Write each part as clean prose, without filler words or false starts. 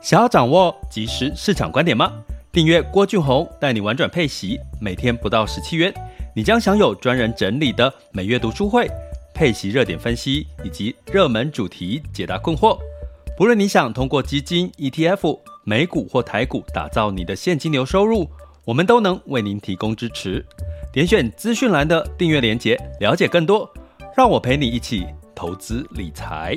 想要掌握即时市场观点吗？订阅郭俊宏带你玩转配息，每天不到17元，你将享有专人整理的每月读书会、配息热点分析以及热门主题解答困惑。不论你想通过基金、ETF、美股或台股打造你的现金流收入，我们都能为您提供支持。点选资讯栏的订阅连结，了解更多。让我陪你一起投资理财。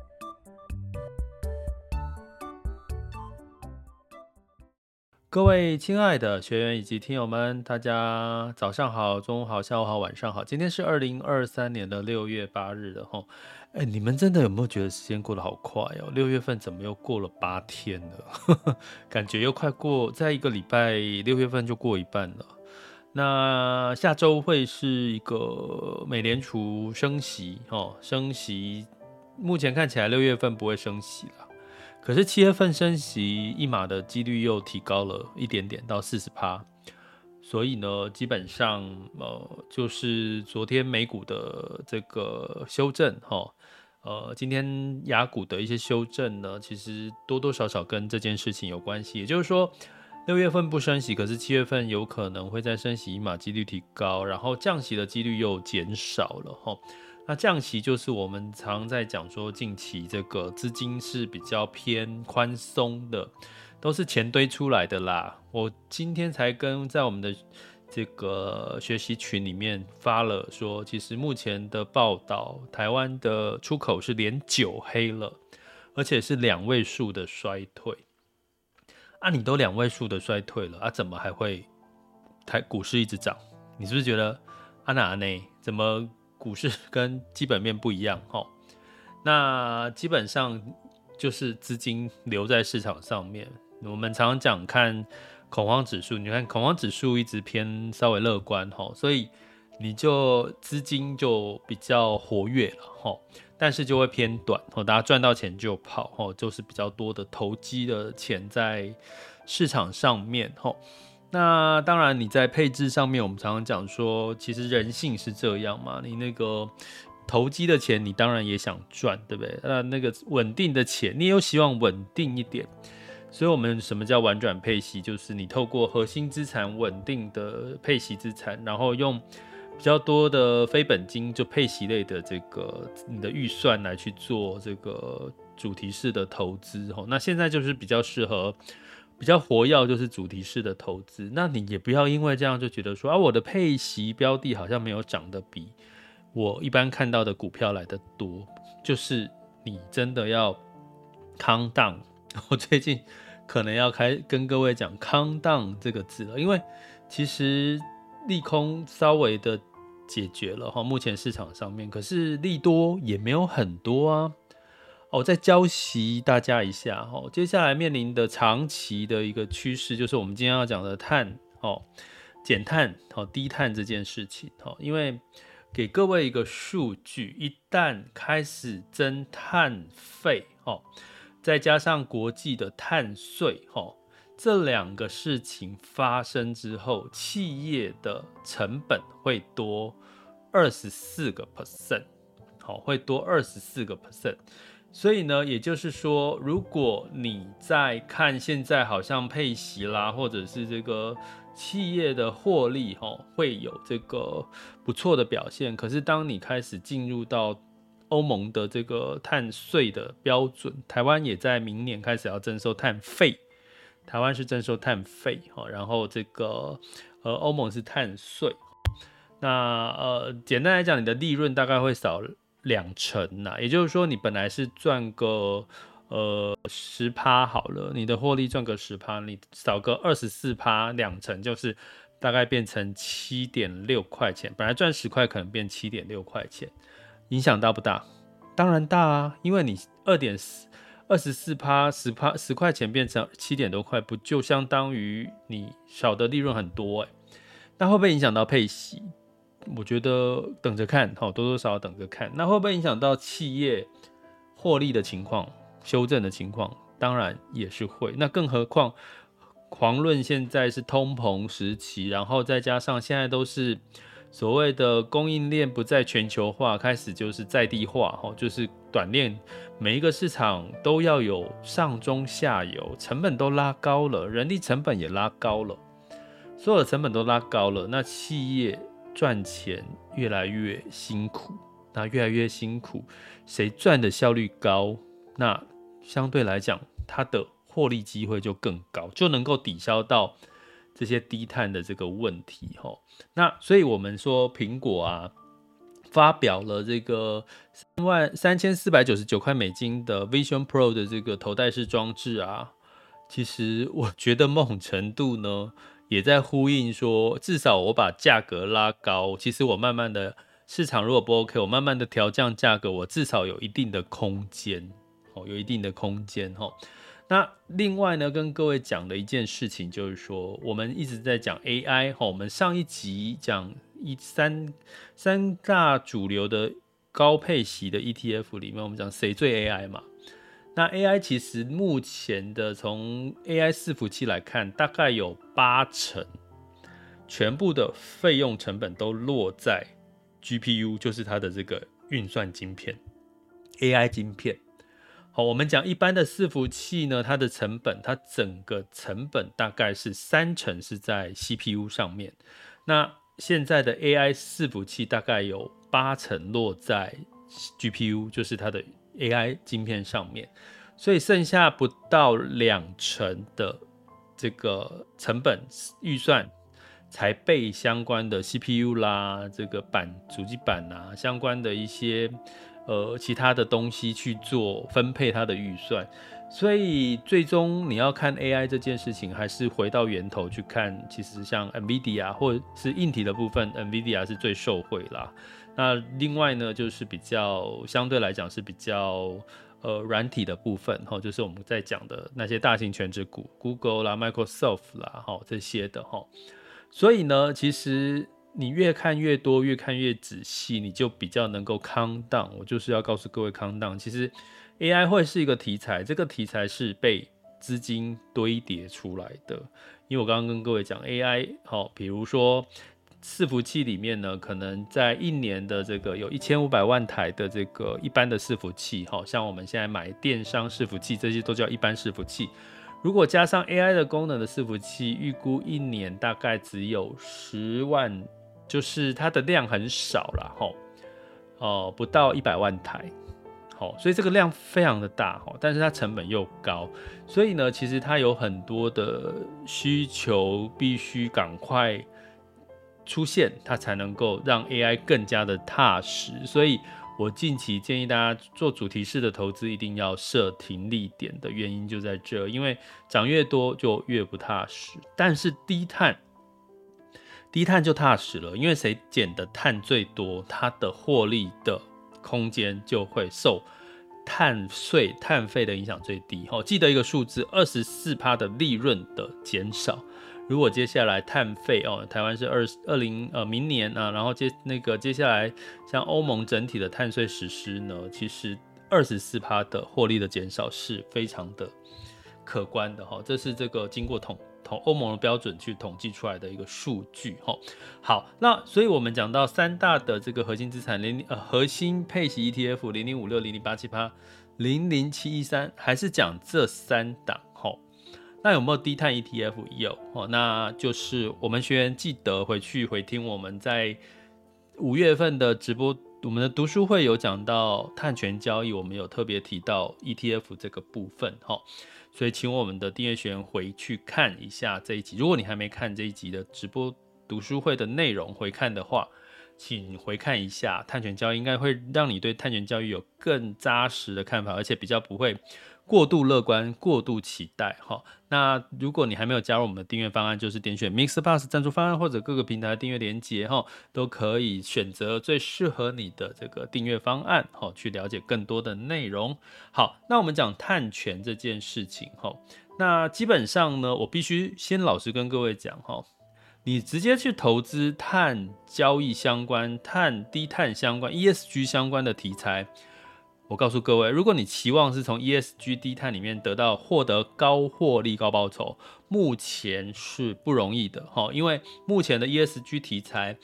各位亲爱的学员以及听友们，大家早上好、中午好、下午好、晚上好。今天是2023年的6月8日了齁。你们真的有没有觉得时间过得好快哦？6月份怎么又过了8天了？感觉又快过，在一个礼拜6月份就过一半了。那下周会是一个美联储升息升息，目前看起来6月份不会升息啦。可是7月份升息一码的几率又提高了一点点到 40%， 所以呢，基本上就是昨天美股的这个修正今天亚股的一些修正呢，其实多多少少跟这件事情有关系。也就是说，6月份不升息，可是7月份有可能会再升息一码，几率提高，然后降息的几率又减少了那降息就是我们常在讲说，近期这个资金是比较偏宽松的，都是钱堆出来的啦。我今天才在我们的这个学习群里面发了说，其实目前的报道，台湾的出口是连9黑了，而且是2位数的衰退。你都2位数的衰退了怎么还会股市一直涨？你是不是觉得哪呢？怎么股市跟基本面不一样那基本上就是资金留在市场上面。我们常常讲看恐慌指数，你看恐慌指数一直偏稍微乐观所以你就资金就比较活跃了但是就会偏短大家赚到钱就跑就是比较多的投机的钱在市场上面那当然你在配置上面，我们常常讲说，其实人性是这样嘛，你那个投机的钱你当然也想赚，对不对？那个稳定的钱你也有希望稳定一点，所以我们什么叫婉转配息，就是你透过核心资产稳定的配息资产，然后用比较多的非本金就配息类的这个你的预算来去做这个主题式的投资那现在就是比较适合比较活跃，就是主题式的投资。那你也不要因为这样就觉得说我的配息标的好像没有涨得比我一般看到的股票来得多，就是你真的要 calm down。我最近可能要跟各位讲 calm down 这个字了，因为其实利空稍微的解决了目前市场上面，可是利多也没有很多啊。我再教习大家一下接下来面临的长期的一个趋势，就是我们今天要讲的碳减碳低碳这件事情因为给各位一个数据，一旦开始征碳费再加上国际的碳税这2个事情发生之后，企业的成本会多24%会多24%。所以呢，也就是说，如果你在看现在好像配息啦，或者是这个企业的获利会有这个不错的表现，可是当你开始进入到欧盟的这个碳税的标准，台湾也在明年开始要征收碳费，台湾是征收碳费然后这个欧盟是碳税。那简单来讲，你的利润大概会少20%也就是说你本来是赚个10%好了，你的获利赚个10%，你少个24%，2成就是大概变成7.6块钱，本来赚10块可能变7.6块钱，影响大不大？当然大啊，因为你24% 10块钱变成7点多块，不就相当于你少的利润很多那会不会影响到配息？我觉得等着看多多少少等着看。那会不会影响到企业获利的情况、修正的情况？当然也是会。那更何况狂论现在是通膨时期，然后再加上现在都是所谓的供应链不再全球化，开始就是在地化，就是短链，每一个市场都要有上中下游，成本都拉高了，人力成本也拉高了，所有的成本都拉高了，那企业赚钱越来越辛苦，那越来越辛苦，谁赚的效率高，那相对来讲，它的获利机会就更高，就能够抵消到这些低碳的这个问题。那所以我们说苹果啊，发表了这个$3499的 Vision Pro 的这个头戴式装置啊，其实我觉得某种程度呢，也在呼应说，至少我把价格拉高，其实我慢慢的市场如果不 OK， 我慢慢的调降价格，我至少有一定的空间，有一定的空间。那另外呢，跟各位讲的一件事情就是说，我们一直在讲 AI， 我们上一集讲三大主流的高配息的 ETF 里面，我们讲谁最 AI 嘛？那 AI 其实目前的从 AI 伺服器来看，大概有80%全部的费用成本都落在 GPU， 就是它的这个运算晶片 AI 晶片。好，我们讲一般的伺服器呢，它的成本，它整个成本大概是30%是在 CPU 上面。那现在的 AI 伺服器大概有80%落在 GPU， 就是它的 AI 晶片上面，所以剩下不到20%的这个成本预算才被相关的 CPU 啦、这个主机板啊相关的一些其他的东西去做分配它的预算。所以最终你要看 AI 这件事情，还是回到源头去看，其实像 NVIDIA 或者是硬体的部分， NVIDIA 是最受惠啦。那另外呢，就是比较相对来讲是比较软体的部分，就是我们在讲的那些大型权值股 Google 啦 Microsoft 啦这些的。所以呢，其实你越看越多，越看越仔细，你就比较能够calm down。我就是要告诉各位calm down，其实 AI 会是一个题材，这个题材是被资金堆叠出来的。因为我刚刚跟各位讲 AI， 比如说伺服器里面呢，可能在一年的这个有1500万台的这个一般的伺服器，像我们现在买电商伺服器，这些都叫一般伺服器。如果加上 AI 的功能的伺服器，预估一年大概只有10万，就是它的量很少啦，不到100万台。所以这个量非常的大，但是它成本又高，所以呢，其实它有很多的需求必须赶快出现，它才能够让 AI 更加的踏实。所以我近期建议大家做主题式的投资，一定要设停利点的原因就在这，因为涨越多就越不踏实。但是低碳就踏实了，因为谁减的碳最多，它的获利的空间就会受碳费的影响最低。记得一个数字 24% 的利润的减少。如果接下来碳费台湾是明年啊，然后接下来像欧盟整体的碳税实施呢，其实 24% 的获利的减少是非常的可观的。这是这个经过欧盟的标准去统计出来的一个数据。好，那所以我们讲到三大的这个核心资产核心配息 ETF 0056、0087、00713，还是讲这三档。那有没有低碳 ETF？ 有，那就是我们学员记得回听我们在5月份的直播，我们的读书会有讲到碳权交易，我们有特别提到 ETF 这个部分。所以请我们的订阅学员回去看一下这一集。如果你还没看这一集的直播读书会的内容回看的话，请回看一下碳权交易，应该会让你对碳权交易有更扎实的看法，而且比较不会过度乐观、过度期待。那如果你还没有加入我们的订阅方案，就是点选 MixerPass 赞助方案或者各个平台的订阅连结，都可以选择最适合你的这个订阅方案，去了解更多的内容。好，那我们讲碳权这件事情，那基本上呢，我必须先老实跟各位讲，你直接去投资碳交易相关、低碳相关、ESG 相关的题材，我告诉各位，如果你期望是从 ESG 低碳里面获得高获利、高报酬，目前是不容易的。因为目前的 ESG 题材，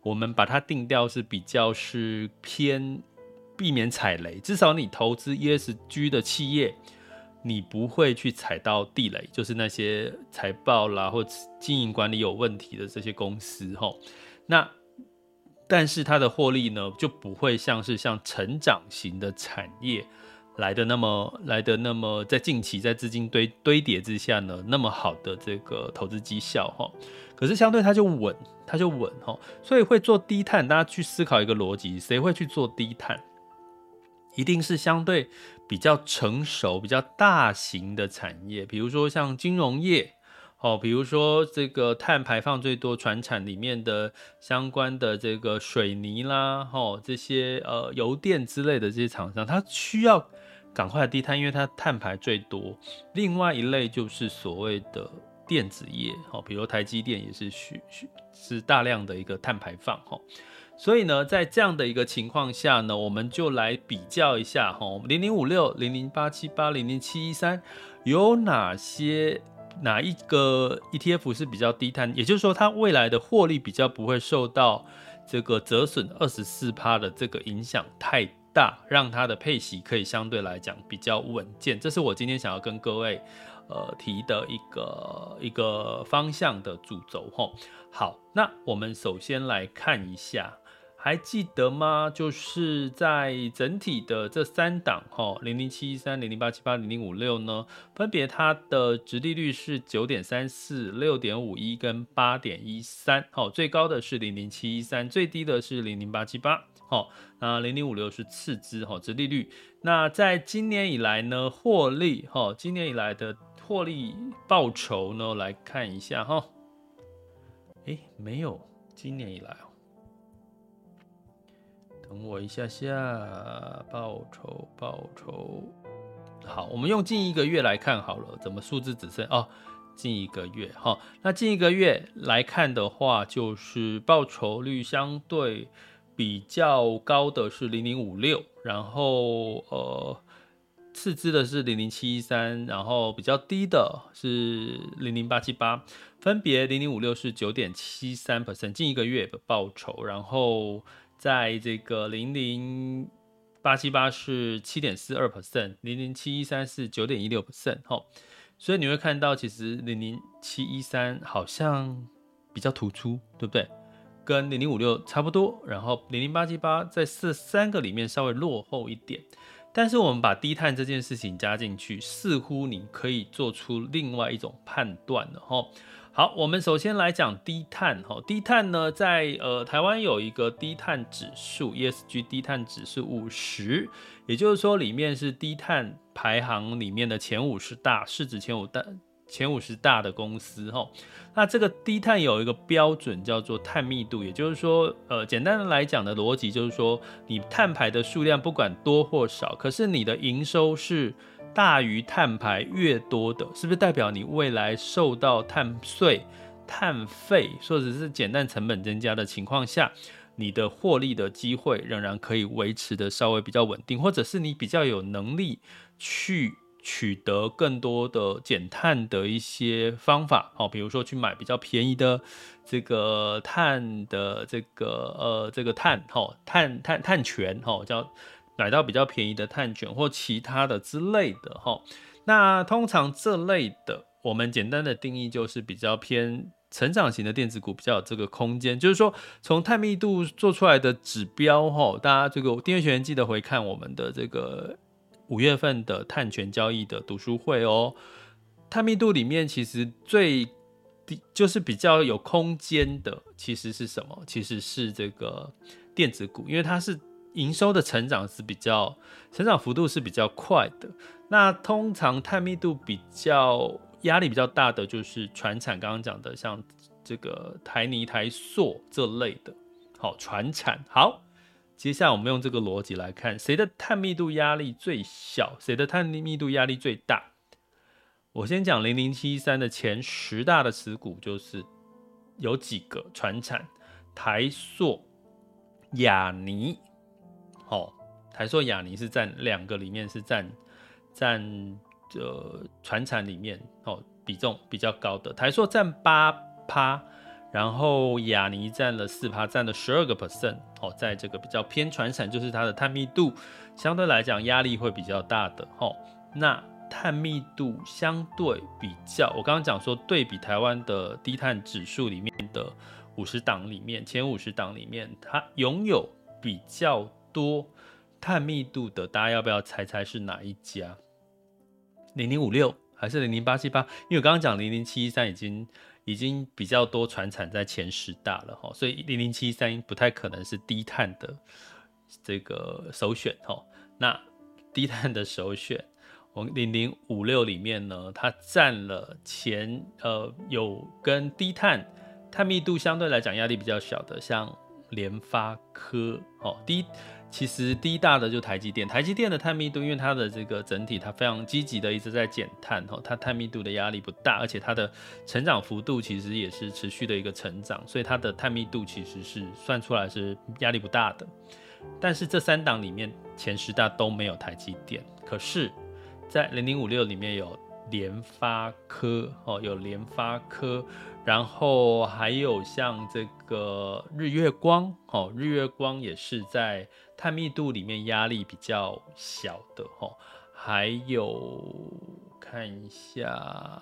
我们把它定调是比较是偏避免踩雷，至少你投资 ESG 的企业，你不会去踩到地雷，就是那些财报啦或经营管理有问题的这些公司那但是它的获利呢，就不会像成长型的产业来的那么在近期在资金堆叠之下呢，那么好的这个投资绩效可是相对它就稳所以会做低碳，大家去思考一个逻辑，谁会去做低碳？一定是相对比较成熟、比较大型的产业，比如说像金融业。比如说这个碳排放最多传产里面的相关的这个水泥啦，这些油电之类的这些厂商，它需要赶快低碳，因为它碳排最多。另外一类就是所谓的电子业，比如台积电也是大量的一个碳排放所以呢，在这样的一个情况下呢，我们就来比较一下0056、00878、00713有哪一个 ETF 是比较低碳，也就是说它未来的获利比较不会受到这个折损24%的这个影响太大，让它的配息可以相对来讲比较稳健。这是我今天想要跟各位提的一个方向的主轴好，那我们首先来看一下。还记得吗？就是在整体的这3档0073、00878、0056呢，分别它的殖利率是 9.34、6.51 跟 8.13最高的是00713，最低的是00878那0056是次之殖利率。那在今年以来呢，今年以来的获利报酬呢，来看一下没有今年以来等我一下下，报酬。好，我们用近1个月来看好了，怎么数字只剩近1个月那近1个月来看的话，就是报酬率相对比较高的是0056，然后次之的是00713，然后比较低的是00878，分别0056是 9.73%， 近1个月的报酬，然后在这个00878是 7.42%， 00713是 9.16%所以你会看到其实00713好像比较突出，对不对？跟0056差不多，然后00878在这3个里面稍微落后一点。但是我们把低碳这件事情加进去，似乎你可以做出另外一种判断了好，我们首先来讲低碳低碳呢，在台湾有一个低碳指数 ESG 低碳指数50，也就是说里面是低碳排行里面的前50大，市值前50大的公司那这个低碳有一个标准叫做碳密度，也就是说简单的来讲的逻辑就是说，你碳排的数量不管多或少，可是你的营收是大于碳排越多的，是不是代表你未来受到碳税、碳费或者是减碳成本增加的情况下，你的获利的机会仍然可以维持的稍微比较稳定，或者是你比较有能力去取得更多的减碳的一些方法比如说去买比较便宜的这个碳的这个碳权叫买到比较便宜的碳权或其他的之类的那通常这类的我们简单的定义就是比较偏成长型的电子股比较有这个空间，就是说从碳密度做出来的指标大家这个订阅学员记得回看我们的这个5月份的碳权交易的读书会碳密度里面其实就是比较有空间的其实是什么？其实是这个电子股，因为它是营收的成长幅度是比较快的。那通常碳密度比较压力比较大的就是传产，刚刚讲的像这个台泥、台塑这类的传产。好，接下来我们用这个逻辑来看，谁的碳密度压力最小，谁的碳密度压力最大。我先讲0073的前10大的持股，就是有几个传产，台塑、亚泥台塑、亚泥是占2个里面是占传产里面比重比较高的，台塑占8%， 然后亚泥占了4%，占了12%，在这个比较偏传产，就是它的碳密度相对来讲压力会比较大的那碳密度相对比较，我刚刚讲说对比台湾的低碳指数里面的50档里面，前50档里面，它拥有比较多碳密度的，大家要不要猜猜是哪一家？0056还是00878？因为我刚刚讲00713已经比较多传产在前10大了所以00713不太可能是低碳的这个首选那低碳的首选，我们0056里面呢，它占了有跟低碳密度相对来讲压力比较小的，像联发科其实第一大的就台积电，台积电的碳密度，因为它的这个整体它非常积极的一直在减碳它碳密度的压力不大，而且它的成长幅度其实也是持续的一个成长，所以它的碳密度其实是算出来是压力不大的。但是这3档里面前10大都没有台积电，可是在0056里面有联发科有联发科，然后还有像这个日月光日月光也是在碳密度里面压力比较小的还有看一下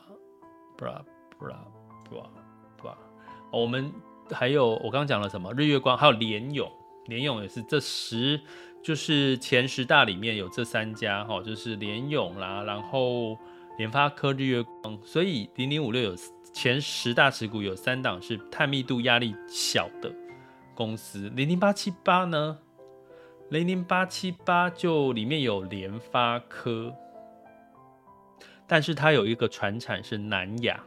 我们还有我刚刚讲了什么日月光，还有联咏也是就是前10大里面有这3家就是联咏啦，然后联发科、日月光，所以0056有前10大持股有3档是碳密度压力小的公司。00878呢？00878就里面有联发科，但是它有一个传产是南亚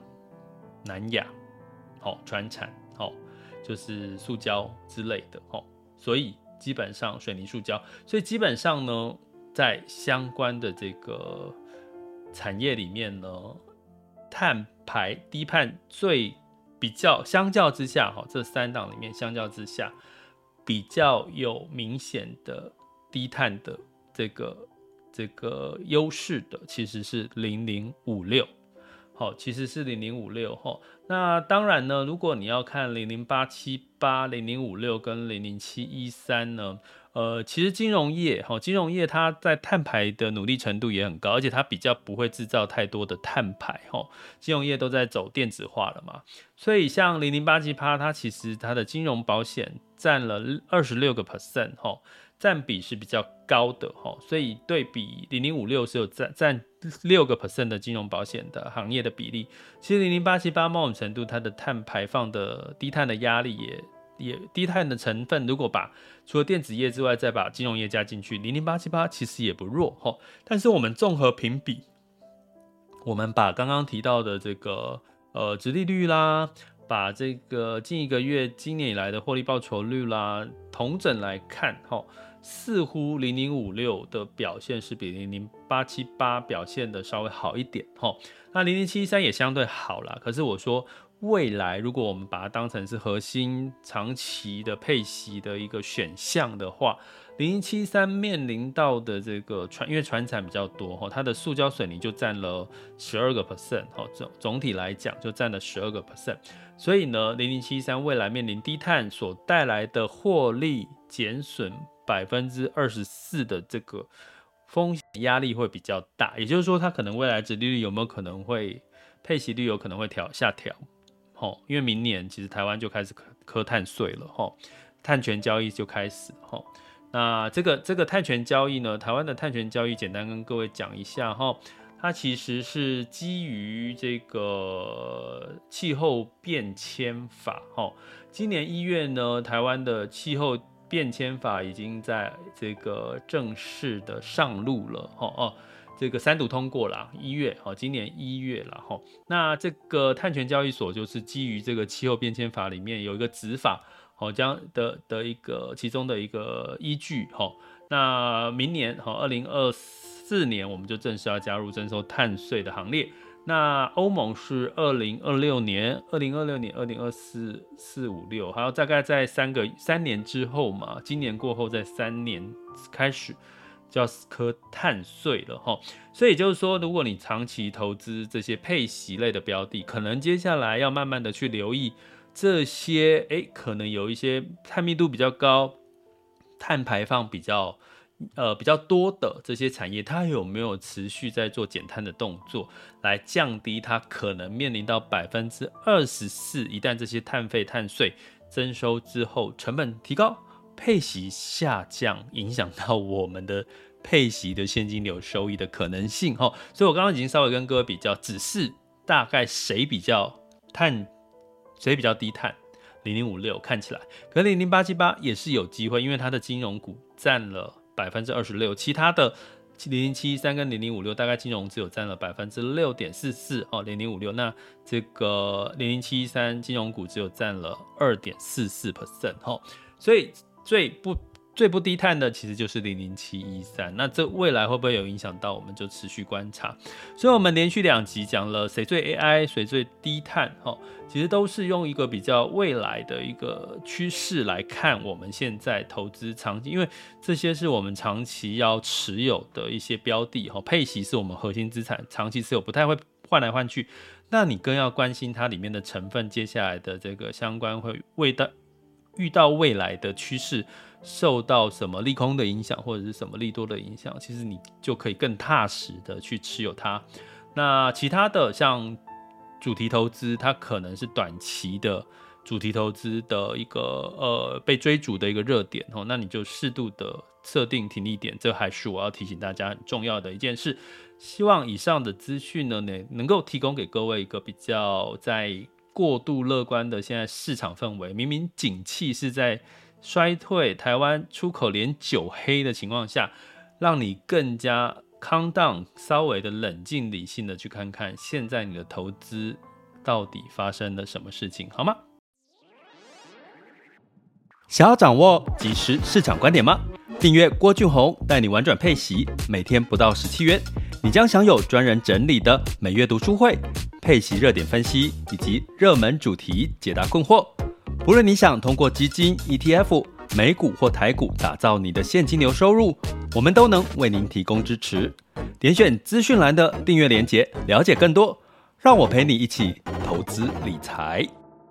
传产就是塑胶之类的所以基本上水泥塑胶，所以基本上呢，在相关的这个产业里面呢，碳排低碳比较相较之下这3档里面相较之下比较有明显的低碳的这个优势的，其实是0056。其实是0056那当然呢，如果你要看00878、0056跟00713呢，其实金融业它在碳排的努力程度也很高，而且它比较不会制造太多的碳排金融业都在走电子化了嘛，所以像00878它其实它的金融保险占了26%占比是比较高的所以对比0056是有占6% 的金融保险的行业的比例，其实00878某种程度它的碳排放的低碳的压力也低碳的成分，如果把除了电子业之外再把金融业加进去，00878其实也不弱但是我们综合评比，我们把刚刚提到的这个殖利率啦，把这个近1个月今年以来的获利报酬率啦统整来看似乎0056的表现是比00878表现的稍微好一点那00713也相对好啦，可是我说未来如果我们把它当成是核心长期的配息的一个选项的话，0073面临到的这个因为传产比较多它的塑胶水泥就占了12%总体来讲就占了12%，所以呢0073未来面临低碳所带来的获利减损24%的这个风险压力会比较大，也就是说它可能未来殖利率有没有可能会配息率有可能会下调因为明年其实台湾就开始课碳税了碳权交易就开始那这个碳权交易呢，台湾的碳权交易简单跟各位讲一下它其实是基于这个气候变迁法今年1月呢，台湾的气候变迁法已经在这个正式的上路了这个3读通过了1月今年1月了那这个碳权交易所就是基于这个气候变迁法里面有一个子法这样的一个其中的一个依据那明年2024年我们就正式要加入征收碳税的行列。那欧盟是2026年、2024、456，还有大概在3年之后嘛，今年过后在3年开始就要课碳税了所以就是说，如果你长期投资这些配息类的标的，可能接下来要慢慢的去留意这些可能有一些碳密度比较高、碳排放比较多的这些产业，它有没有持续在做减碳的动作，来降低它可能面临到24%，一旦这些碳费、碳税征收之后，成本提高，配息下降，影响到我们的配息的现金流收益的可能性。所以我刚刚已经稍微跟各位比较，只是大概谁比较低碳0056看起来，可是00878也是有机会，因为它的金融股占了26%，其他的00713跟0056大概金融只有占了6.44%哦，0056那这个00713金融股只有占了2.44%哦，所以最不低碳的其实就是00713，那这未来会不会有影响到，我们就持续观察。所以我们连续2集讲了谁最 AI 谁最低碳，其实都是用一个比较未来的一个趋势来看我们现在投资长期，因为这些是我们长期要持有的一些标的，配息是我们核心资产，长期持有不太会换来换去，那你更要关心它里面的成分，接下来的这个相关会遇到未来的趋势受到什么利空的影响，或者是什么利多的影响，其实你就可以更踏实的去持有它。那其他的像主题投资，它可能是短期的主题投资的一个被追逐的一个热点，那你就适度的设定停利点，这还是我要提醒大家很重要的一件事。希望以上的资讯呢，能够提供给各位一个比较在过度乐观的现在市场氛围，明明景气是在衰退，台湾出口连9黑的情况下，让你更加calm down，稍微的冷静理性的去看看现在你的投资到底发生了什么事情，好吗？想要掌握即时市场观点吗？订阅郭俊宏带你玩转配息，每天不到17元，你将享有专人整理的每月读书会、配息热点分析以及热门主题解答困惑。不论你想通过基金、ETF、美股或台股打造你的现金流收入，我们都能为您提供支持。点选资讯栏的订阅连结，了解更多。让我陪你一起投资理财。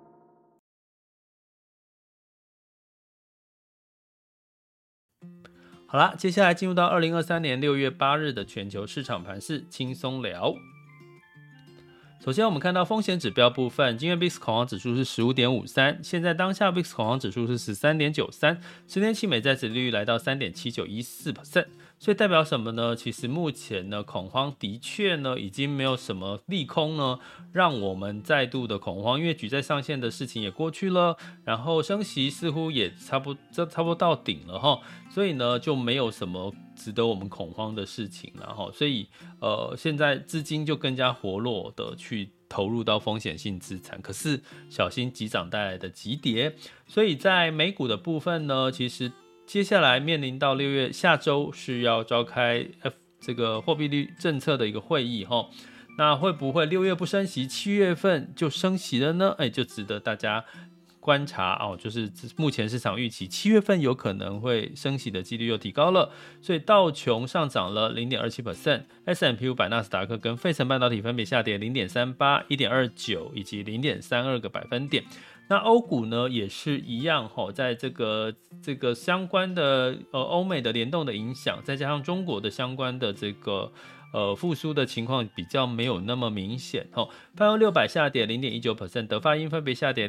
好啦，接下来进入到2023年6月8日的全球市场盘势轻松聊。首先我们看到风险指标部分，今日 VIX 恐慌指数是 15.53， 现在当下 VIX 恐慌指数是 13.93， 10年期美债殖利率来到 3.7914%， 所以代表什么呢？其实目前呢，恐慌的确呢已经没有什么利空呢让我们再度的恐慌，因为举债上限的事情也过去了，然后升息似乎也差不多到顶了齁，所以呢就没有什么值得我们恐慌的事情了齁，所以现在资金就更加活络的去投入到风险性资产，可是小心急涨带来的急跌。所以在美股的部分呢，其实接下来面临到6月下周是要召开这个货币率政策的一个会议齁，那会不会6月不升息，7月份就升息了呢？就值得大家观察哦，就是目前市场预期7月份有可能会升息的几率又提高了，所以道琼上涨了 0.27%， S&P 500纳斯达克跟费城半导体分别下跌 0.38、1.29 以及 0.32 个百分点。那欧股呢也是一样在这个相关的欧美的联动的影响，再加上中国的相关的这个复苏的情况比较没有那么明显泛欧600下跌 0.19%， 德法英分别下跌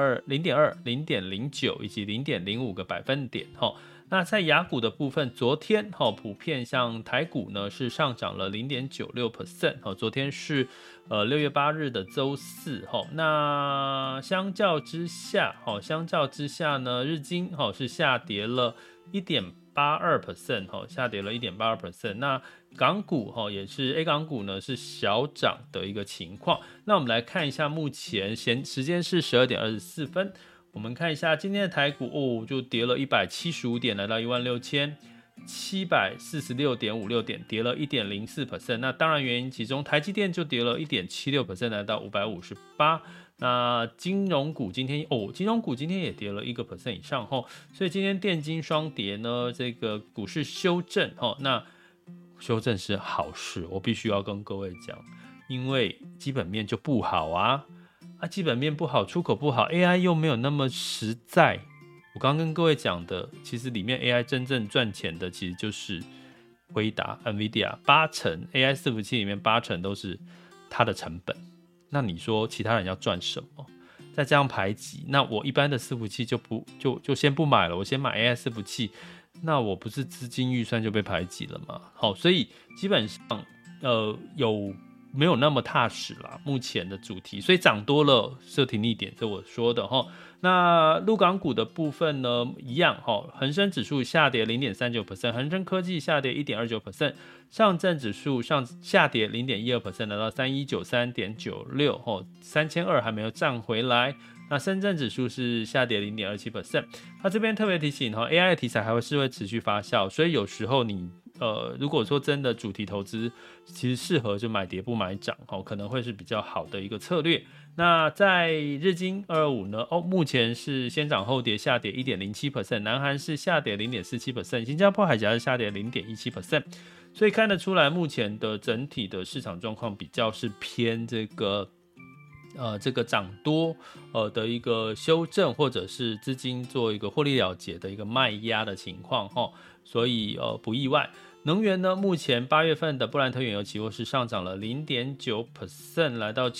0.2、0.09 以及 0.05 个百分点那在亚股的部分，昨天普遍像台股呢是上涨了 0.96%， 昨天是6月8日的周四那相较之下呢，日经是下跌了 1.82%， 下跌了 1.82%， 那港股也是 A 港股呢是小涨的一个情况。那我们来看一下目前时间是12点24分，我们看一下今天的台股就跌了175点，来到16746.56点，跌了 1.04%。那当然原因其中台积电就跌了 1.76%， 来到558。那金融股今天也跌了1% 以上所以今天电金双跌呢，这个股市修正那修正是好事，我必须要跟各位讲，因为基本面就不好基本面不好，出口不好 ，AI 又没有那么实在。我刚跟各位讲的，其实里面 AI 真正赚钱的其实就是辉达 NVIDIA 80%， AI 伺服器里面80%都是它的成本。那你说其他人要赚什么？再这样排挤，那我一般的伺服器就先不买了，我先买 AI 伺服器，那我不是资金预算就被排挤了吗？好，所以基本上没有那么踏实啦，目前的主题，所以涨多了设停利点，这我说的齁。那陆港股的部分呢，一样齁，恒生指数下跌 0.39%， 恒生科技下跌 1.29%， 上证指数下跌 0.12%， 来到 3193.96 齁，3200还没有站回来。那深圳指数是下跌 0.27%。那这边特别提醒，AI 的题材还是会持续发酵，所以有时候你如果说真的主题投资，其实适合就买跌不买涨，可能会是比较好的一个策略。那在日经225呢，目前是先涨后跌，下跌 1.07%， 南韩是下跌 0.47%， 新加坡海峡是下跌 0.17%， 所以看得出来目前的整体的市场状况比较是偏这个涨多的一个修正，或者是资金做一个获利了结的一个卖压的情况所以不意外。能源呢，目前8月份的布兰特原油期货是上涨了 0.9%， 来到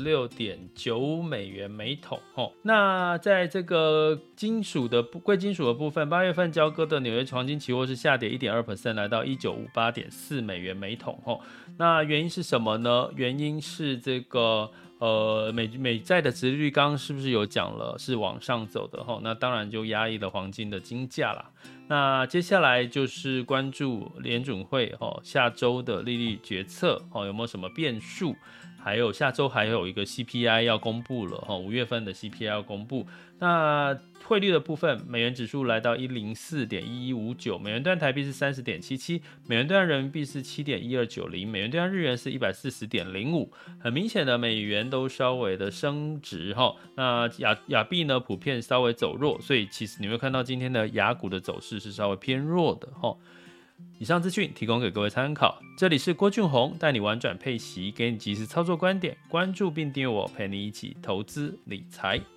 76.9 美元每桶那在这个贵金属的部分，8月份交割的纽约黄金期货是下跌 1.2%， 来到 1958.4 美元每桶那原因是什么呢？原因是这个美债的殖利率刚刚是不是有讲了是往上走的那当然就压抑了黄金的金价啦。那接下来就是关注联准会下周的利率决策有没有什么变数，还有下周还有一个 CPI 要公布了5月份的 CPI 要公布。那汇率的部分，美元指数来到 104.1159， 美元兑换台币是 30.77， 美元兑换人民币是 7.1290， 美元兑换日元是 140.05。 很明显的美元都稍微的升值那亚币呢普遍稍微走弱，所以其实你会看到今天的亚股的走势是稍微偏弱的以上资讯提供给各位参考，这里是郭俊宏带你玩转配息，给你及时操作观点，关注并订阅我，陪你一起投资理财。